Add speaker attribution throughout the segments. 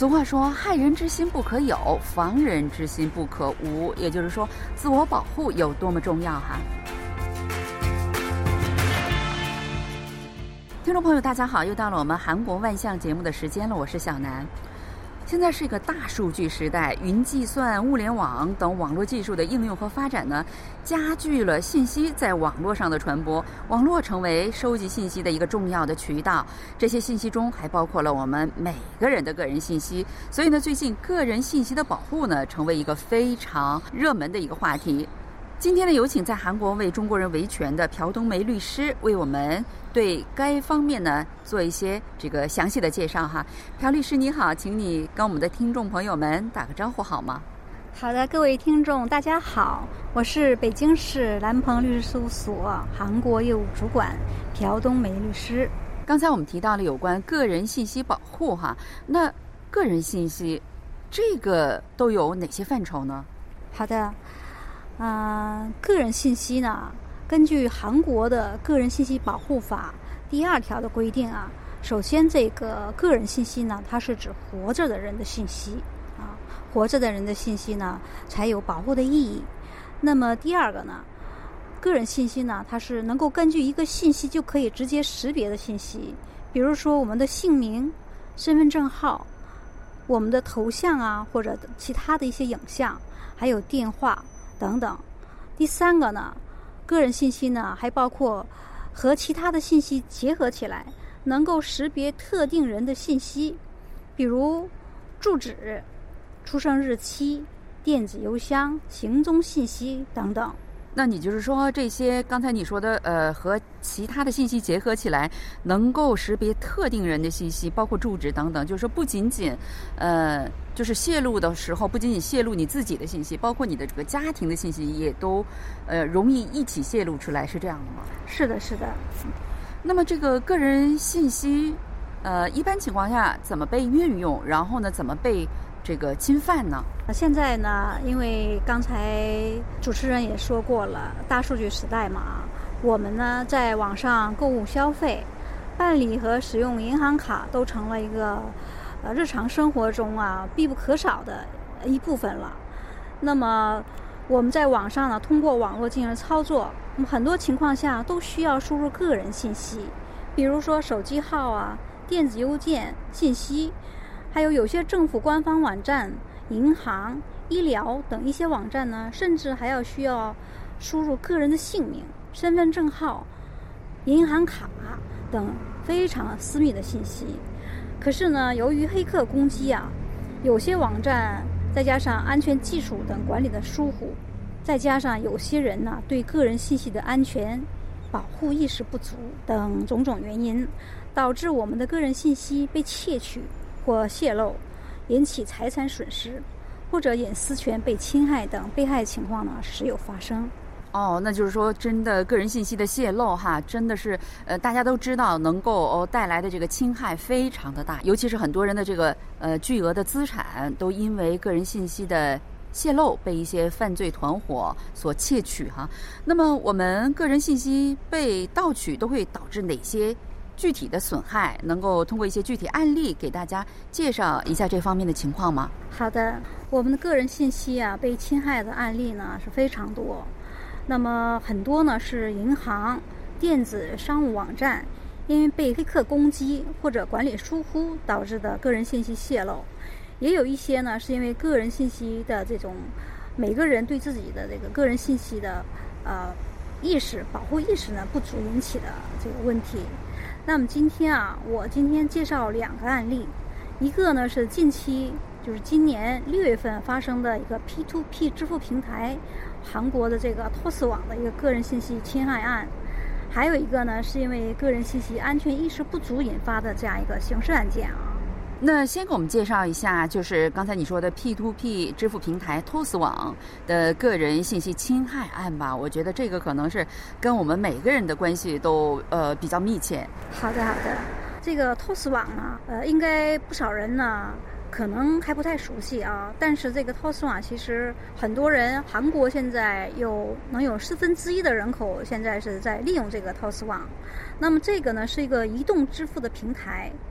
Speaker 1: 俗话说，害人之心不可有，防人之心不可无，也就是说，自我保护有多么重要哈。听众朋友大家好，又到了我们韩国万象节目的时间了，我是小南。现在是一个大数据时代，云计算、物联网等网络技术的应用和发展呢，加剧了信息在网络上的传播，网络成为收集信息的一个重要的渠道。这些信息中还包括了我们每个人的个人信息，所以呢，最近个人信息的保护呢，成为一个非常热门的一个话题。今天呢，有请在韩国为中国人维权的朴冬梅律师为我们对该方面呢做一些这个详细的介绍哈。朴律师你好，请你跟我们的听众朋友们打个招呼好吗？
Speaker 2: 好的，各位听众大家好，我是北京市蓝鹏律师事务所韩国业务主管朴冬梅律师。
Speaker 1: 刚才我们提到了有关个人信息保护哈，那个人信息这个都有哪些范畴呢？
Speaker 2: 好的。个人信息呢，根据韩国的个人信息保护法第2条的规定啊，首先这个个人信息呢，它是指活着的人的信息啊，活着的人的信息呢才有保护的意义。那么第二个呢，个人信息呢，它是能够根据一个信息就可以直接识别的信息，比如说我们的姓名、身份证号、我们的头像啊，或者其他的一些影像，还有电话等等。第三个呢，个人信息呢还包括和其他的信息结合起来，能够识别特定人的信息，比如住址、出生日期、电子邮箱、行踪信息等等。
Speaker 1: 那你就是说这些刚才你说的和其他的信息结合起来，能够识别特定人的信息，包括住址等等，就是说不仅仅就是泄露的时候不仅仅泄露你自己的信息，包括你的这个家庭的信息也都容易一起泄露出来，是这样的吗？
Speaker 2: 是的，是的。
Speaker 1: 那么这个个人信息一般情况下怎么被运用，然后呢怎么被这个侵犯呢？
Speaker 2: 现在呢，因为刚才主持人也说过了，大数据时代嘛，我们呢在网上购物消费、办理和使用银行卡都成了一个日常生活中啊必不可少的一部分了。那么我们在网上呢，通过网络进行操作，很多情况下都需要输入个人信息，比如说手机号啊、电子邮件信息，还有些政府官方网站、银行、医疗等一些网站呢，甚至还需要输入个人的姓名、身份证号、银行卡等非常私密的信息。可是呢，由于黑客攻击啊，有些网站再加上安全技术等管理的疏忽，再加上有些人呢对个人信息的安全保护意识不足等种种原因，导致我们的个人信息被窃取或泄露，引起财产损失，或者隐私权被侵害等被害情况呢时有发生。
Speaker 1: 那就是说真的个人信息的泄露哈，真的是大家都知道能够带来的这个侵害非常的大，尤其是很多人的这个巨额的资产都因为个人信息的泄露被一些犯罪团伙所窃取哈。那么我们个人信息被盗取都会导致哪些具体的损害？能够通过一些具体案例给大家介绍一下这方面的情况吗？
Speaker 2: 好的，我们的个人信息啊被侵害的案例呢是非常多。那么很多呢是银行、电子商务网站因为被黑客攻击或者管理疏忽导致的个人信息泄露，也有一些呢是因为个人信息的这种每个人对自己的这个个人信息的意识、保护意识呢不足引起的这个问题。那么我今天介绍2个案例，一个呢是近期就是今年6月份发生的一个 P2P 支付平台韩国的这个 TOS 网的一个个人信息侵害案，还有一个呢是因为个人信息安全意识不足引发的这样一个刑事案件啊。
Speaker 1: 那先给我们介绍一下，就是刚才你说的 P2P 支付平台 TOS 网的个人信息侵害案吧。我觉得这个可能是跟我们每个人的关系都比较密切。
Speaker 2: 好的，这个 TOS 网呢，应该不少人呢可能还不太熟悉啊。但是这个 TOS 网其实很多人，韩国现在能有1/4的人口现在是在利用这个 TOS 网。那么这个呢是一个移动支付的平台。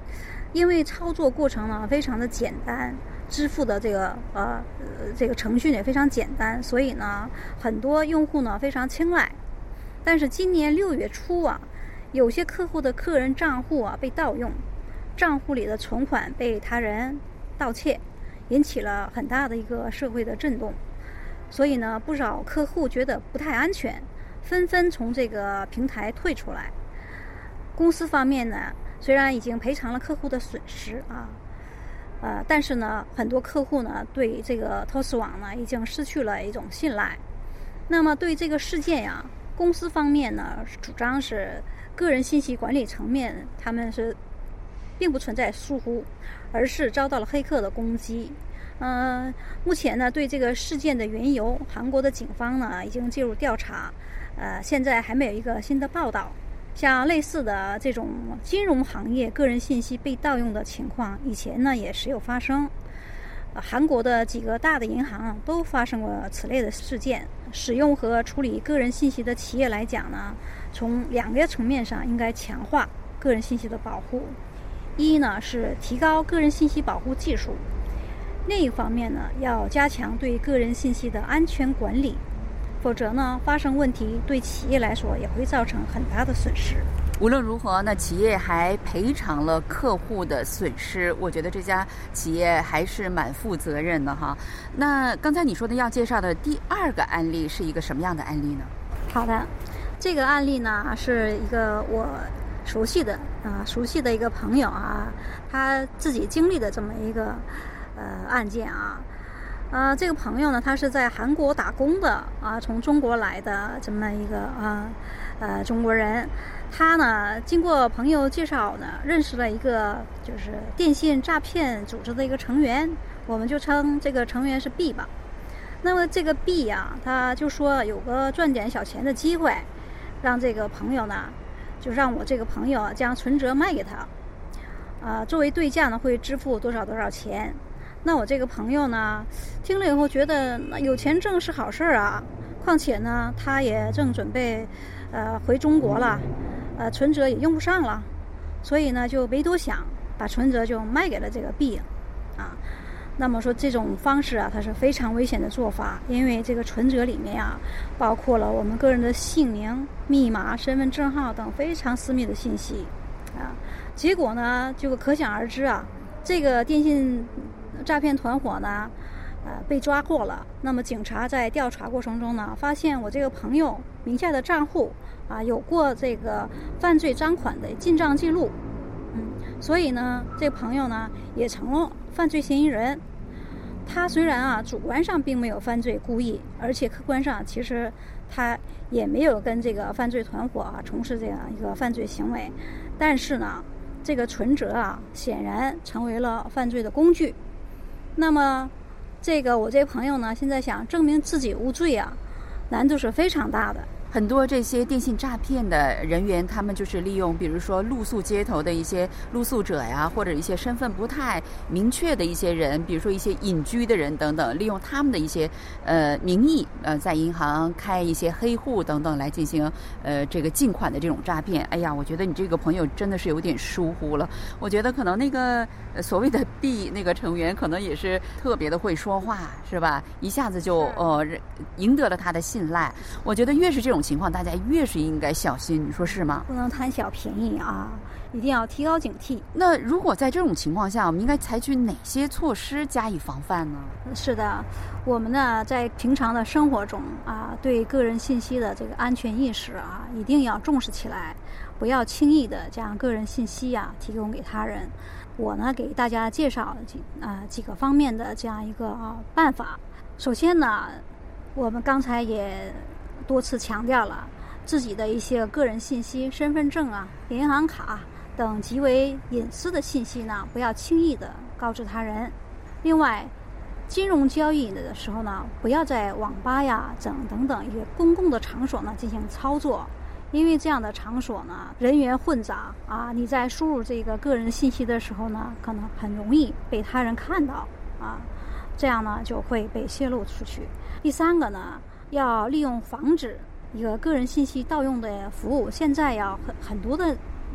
Speaker 2: 因为操作过程呢非常的简单，支付的这个程序也非常简单，所以呢很多用户呢非常青睐。但是今年6月初啊，有些客户的个人账户啊被盗用，账户里的存款被他人盗窃，引起了很大的一个社会的震动。所以呢，不少客户觉得不太安全，纷纷从这个平台退出来。公司方面呢，虽然已经赔偿了客户的损失啊，但是呢，很多客户呢对这个 TOS 网呢已经失去了一种信赖。那么对这个事件呀，公司方面呢主张是个人信息管理层面，他们是并不存在疏忽，而是遭到了黑客的攻击。目前呢，对这个事件的缘由，韩国的警方呢已经介入调查。现在还没有一个新的报道。像类似的这种金融行业个人信息被盗用的情况，以前呢也时有发生。韩国的几个大的银行都发生过此类的事件。使用和处理个人信息的企业来讲呢，从2个层面上应该强化个人信息的保护。一呢是提高个人信息保护技术，另一方面呢要加强对个人信息的安全管理，否则呢发生问题对企业来说也会造成很大的损失。
Speaker 1: 无论如何呢，企业还赔偿了客户的损失，我觉得这家企业还是蛮负责任的哈。那刚才你说的要介绍的第2个案例是一个什么样的案例呢？
Speaker 2: 好的，这个案例呢是一个我熟悉的一个朋友啊，他自己经历的这么一个案件啊。这个朋友呢，他是在韩国打工的从中国来的这么一个中国人。他呢经过朋友介绍呢，认识了一个就是电信诈骗组织的一个成员，我们就称这个成员是 B 吧。那么这个 B 啊，他就说有个赚点小钱的机会，让这个朋友呢，就让我这个朋友将存折卖给他，作为对价呢会支付多少钱。那我这个朋友呢，听了以后觉得有钱挣是好事啊，况且呢，他也正准备回中国了，存折也用不上了，所以呢就没多想，把存折就卖给了这个 B 啊。那么说这种方式啊，它是非常危险的做法，因为这个存折里面啊，包括了我们个人的姓名、密码、身份证号等非常私密的信息啊。结果呢，就可想而知啊，这个电信诈骗团伙呢，被抓获了。那么警察在调查过程中呢，发现我这个朋友名下的账户有过这个犯罪赃款的进账记录，所以呢，这个朋友呢也成了犯罪嫌疑人。他虽然主观上并没有犯罪故意，而且客观上其实他也没有跟这个犯罪团伙从事这样一个犯罪行为，但是呢，这个存折显然成为了犯罪的工具。那么我这朋友呢，现在想证明自己无罪难度是非常大的。
Speaker 1: 很多这些电信诈骗的人员，他们就是利用比如说露宿街头的一些露宿者呀，或者一些身份不太明确的一些人，比如说一些隐居的人等等，利用他们的一些名义在银行开一些黑户等等来进行这个进款的这种诈骗。哎呀，我觉得你这个朋友真的是有点疏忽了。我觉得可能那个所谓的 B 那个成员可能也是特别的会说话，是吧？一下子就赢得了他的信赖。我觉得越是这种情况，大家越是应该小心，你说是吗？
Speaker 2: 不能贪小便宜一定要提高警惕。
Speaker 1: 那如果在这种情况下，我们应该采取哪些措施加以防范呢？
Speaker 2: 是的，我们呢在平常的生活中对个人信息的这个安全意识一定要重视起来，不要轻易的将个人信息提供给他人。我呢给大家介绍几个方面的这样一个办法。首先呢，我们刚才也多次强调了自己的一些个人信息，身份证银行卡等极为隐私的信息呢，不要轻易的告知他人。另外，金融交易的时候呢，不要在网吧等等一些公共的场所呢进行操作，因为这样的场所呢人员混杂你在输入这个个人信息的时候呢，可能很容易被他人看到这样呢就会被泄露出去。第三个呢，要利用防止一个个人信息盗用的服务。现在很多的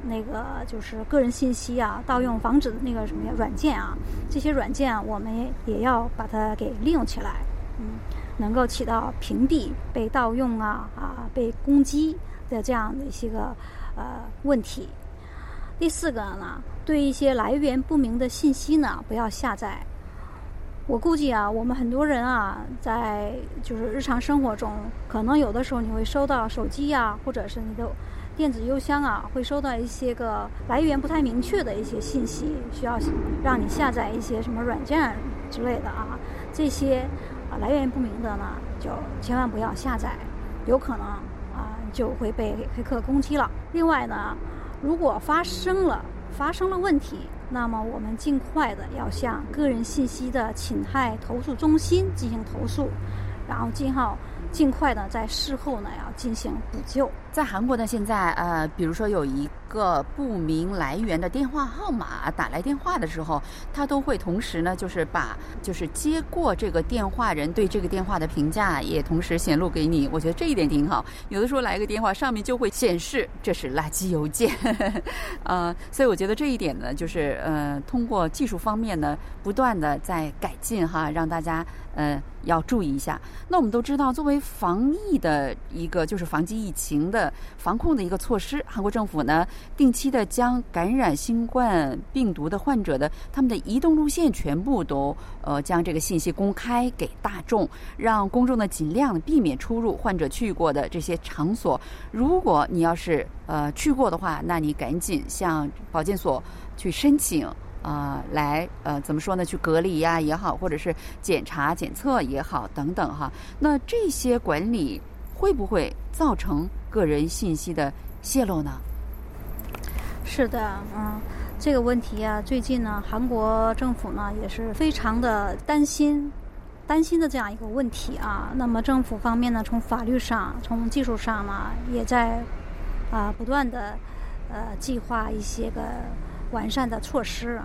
Speaker 2: 那个就是个人信息啊盗用防止的那个什么软件啊，这些软件我们也要把它给利用起来，能够起到屏蔽被盗用被攻击的这样的一些个问题。第4个呢，对一些来源不明的信息呢不要下载。我估计我们很多人在就是日常生活中，可能有的时候你会收到手机或者是你的电子邮箱会收到一些个来源不太明确的一些信息，需要让你下载一些什么软件之类的这些来源不明的呢，就千万不要下载，有可能就会被黑客攻击了。另外呢，如果发生了问题，那么我们尽快的要向个人信息的侵害投诉中心进行投诉，然后尽快的在事后呢要进行补救。
Speaker 1: 在韩国呢，现在比如说有一个不明来源的电话号码打来电话的时候，他都会同时呢就是接过这个电话人对这个电话的评价也同时显露给你。我觉得这一点挺好，有的时候来一个电话上面就会显示这是垃圾邮件所以我觉得这一点呢就是通过技术方面呢不断的在改进让大家要注意一下。那我们都知道，作为防疫的一个就是防击疫情的防控的一个措施，韩国政府呢定期的将感染新冠病毒的患者的他们的移动路线全部都将这个信息公开给大众，让公众呢尽量避免出入患者去过的这些场所。如果你要是去过的话，那你赶紧向保健所去申请来怎么说呢？去隔离也好，或者是检查检测也好等等那这些管理会不会造成个人信息的泄露呢？
Speaker 2: 是的，这个问题最近呢，韩国政府呢也是非常的担心的这样一个问题那么政府方面呢，从法律上、从技术上呢，也在不断的计划一些个完善的措施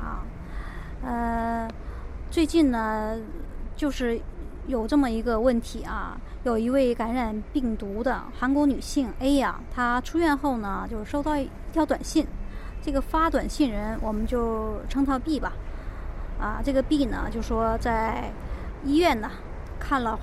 Speaker 2: 最近呢，就是有这么一个问题有一位感染病毒的韩国女性 A 她出院后呢，就是收到一条短信，这个发短信人我们就称他 B 吧这个 B 呢就说在医院呢看了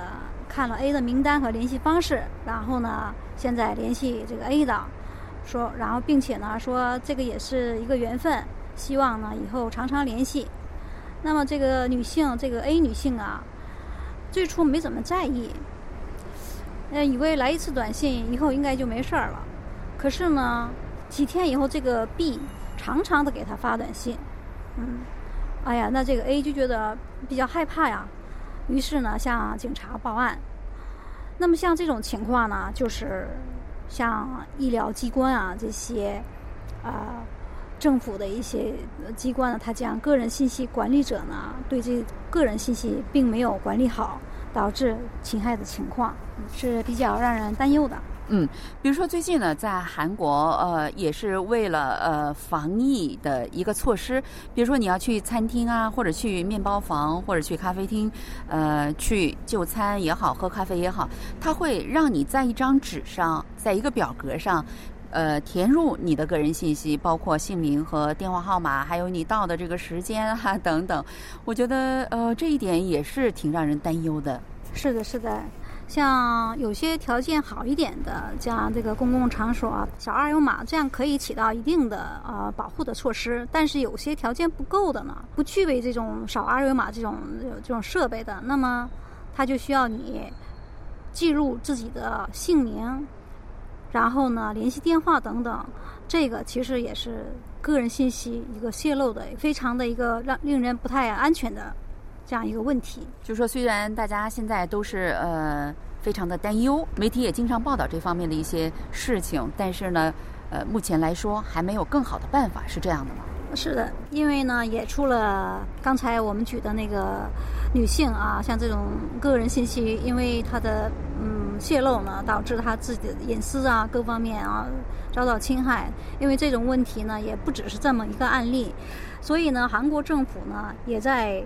Speaker 2: A 的名单和联系方式，然后呢现在联系这个 A 的说，然后并且呢说这个也是一个缘分，希望呢以后常常联系。那么这个女性，这个 A 女性最初没怎么在意，以为来一次短信以后应该就没事了。可是呢，几天以后，这个 B 常常的给她发短信，哎呀，那这个 A 就觉得比较害怕于是呢向警察报案。那么像这种情况呢，就是像医疗机关这些政府的一些机关呢，它将个人信息管理者呢对这个人信息并没有管理好，导致侵害的情况是比较让人担忧的。
Speaker 1: 比如说最近呢，在韩国也是为了防疫的一个措施，比如说你要去餐厅或者去面包房或者去咖啡厅去就餐也好，喝咖啡也好，它会让你在一张纸上，在一个表格上填入你的个人信息，包括姓名和电话号码，还有你到的这个时间等等。我觉得这一点也是挺让人担忧的。
Speaker 2: 是的，是的。像有些条件好一点的，像这个公共场所扫二维码，这样可以起到一定的保护的措施。但是有些条件不够的呢，不具备这种扫二维码这种设备的，那么它就需要你记录自己的姓名，然后呢联系电话等等。这个其实也是个人信息一个泄露的非常的一个令人不太安全的这样一个问题。
Speaker 1: 就是说虽然大家现在都是非常的担忧，媒体也经常报道这方面的一些事情，但是呢目前来说还没有更好的办法，是这样的吗？
Speaker 2: 是的，因为呢也出了刚才我们举的那个女性像这种个人信息因为她的泄露呢，导致她自己的隐私各方面遭到侵害。因为这种问题呢也不只是这么一个案例，所以呢韩国政府呢也在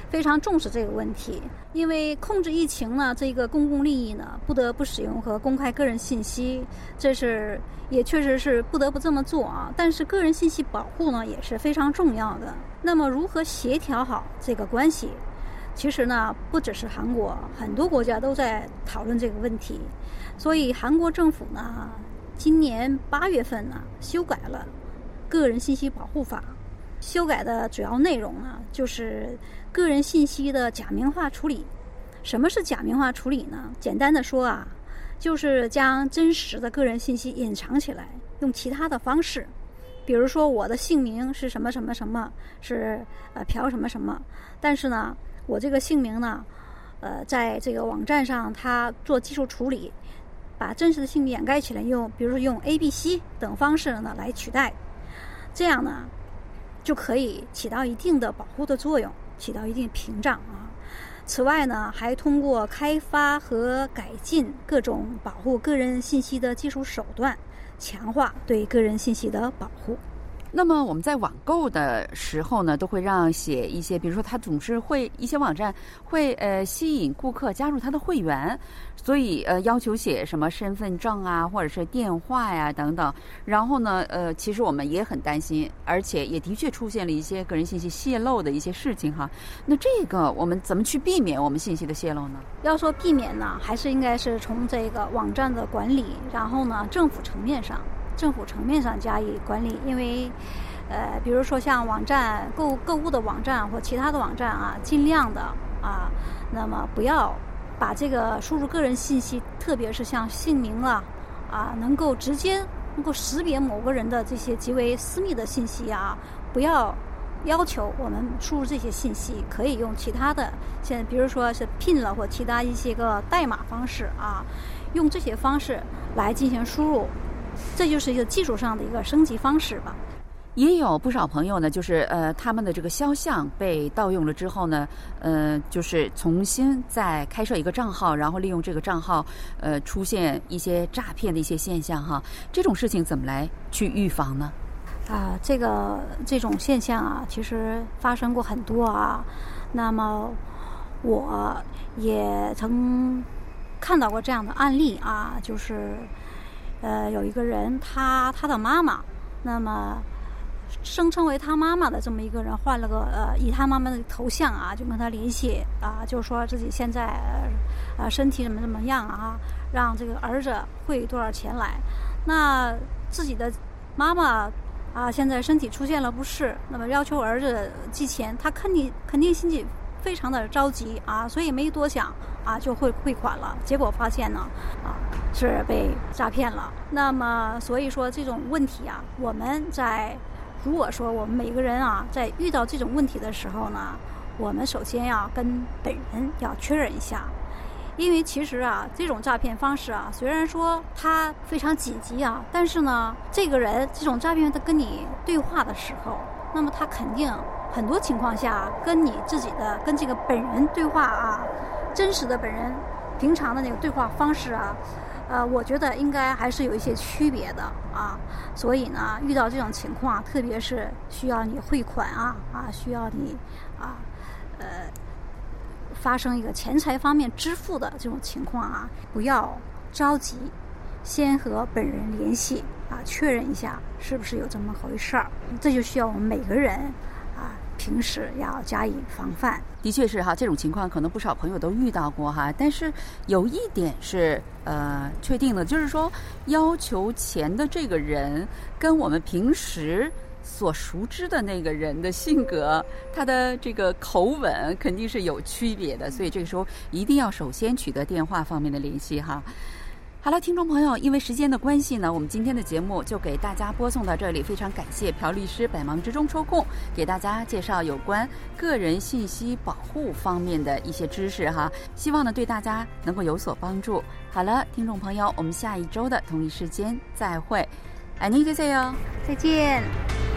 Speaker 2: 非常重视这个问题。因为控制疫情呢，这个公共利益呢，不得不使用和公开个人信息，这是也确实是不得不这么做啊。但是个人信息保护呢，也是非常重要的。那么如何协调好这个关系？其实呢，不只是韩国，很多国家都在讨论这个问题。所以韩国政府呢，今年8月份呢，修改了个人信息保护法。修改的主要内容呢，就是个人信息的假名化处理。什么是假名化处理呢？简单的说啊，就是将真实的个人信息隐藏起来，用其他的方式，比如说我的姓名是什么什么什么，是朴什么什么，但是呢，我这个姓名呢，在这个网站上它做技术处理，把真实的姓名掩盖起来，比如说用 ABC 等方式呢来取代，这样呢就可以起到一定的保护的作用，起到一定屏障啊。此外呢，还通过开发和改进各种保护个人信息的技术手段，强化对个人信息的保护。
Speaker 1: 那么我们在网购的时候呢，都会让写一些，比如说他总是会一些网站会吸引顾客加入他的会员，所以要求写什么身份证啊，或者是电话呀等等。然后呢其实我们也很担心，而且也的确出现了一些个人信息泄露的一些事情哈。那这个我们怎么去避免我们信息的泄露呢？
Speaker 2: 要说避免呢，还是应该是从这个网站的管理，然后呢政府层面上加以管理。因为比如说像网站购物的网站或其他的网站啊，尽量的啊，那么不要把这个输入个人信息，特别是像姓名啊能够直接能够识别某个人的这些极为私密的信息啊，不要要求我们输入这些信息，可以用其他的，现在比如说是 PIN 了或其他一些个代码方式啊，用这些方式来进行输入。这就是一个技术上的一个升级方式吧。
Speaker 1: 也有不少朋友呢，就是他们的这个肖像被盗用了之后呢，就是重新再开设一个账号，然后利用这个账号出现一些诈骗的一些现象哈。这种事情怎么来去预防呢？
Speaker 2: 这种现象啊，其实发生过很多啊。那么我也曾看到过这样的案例啊，就是有一个人他的妈妈，那么声称为他妈妈的这么一个人换了个以他妈妈的头像啊，就跟他联系啊，就说自己现在身体怎么样啊，让这个儿子汇多少钱来。那自己的妈妈啊现在身体出现了不适，那么要求儿子寄钱，他肯定心里非常的着急啊，所以没多想啊就汇款了。结果发现呢是被诈骗了。那么所以说这种问题啊，我们如果说我们每个人啊在遇到这种问题的时候呢，我们首先要跟本人要确认一下。因为其实啊这种诈骗方式啊，虽然说它非常紧急啊，但是呢这个人这种诈骗他跟你对话的时候，那么他肯定很多情况下跟你自己的跟这个本人对话啊，真实的本人平常的那个对话方式啊，我觉得应该还是有一些区别的啊。所以呢遇到这种情况，特别是需要你汇款需要你发生一个钱财方面支付的这种情况啊，不要着急，先和本人联系啊，确认一下是不是有这么回事儿。这就需要我们每个人平时要加以防范。
Speaker 1: 的确是哈，这种情况可能不少朋友都遇到过哈。但是有一点是确定的，就是说要求钱的这个人跟我们平时所熟知的那个人的性格，他的这个口吻肯定是有区别的，所以这个时候一定要首先取得电话方面的联系哈。好了，听众朋友，因为时间的关系呢，我们今天的节目就给大家播送到这里。非常感谢朴律师百忙之中抽空给大家介绍有关个人信息保护方面的一些知识哈，希望呢对大家能够有所帮助。好了，听众朋友，我们下一周的同一时间再会。안녕히 계세요。
Speaker 2: 再见。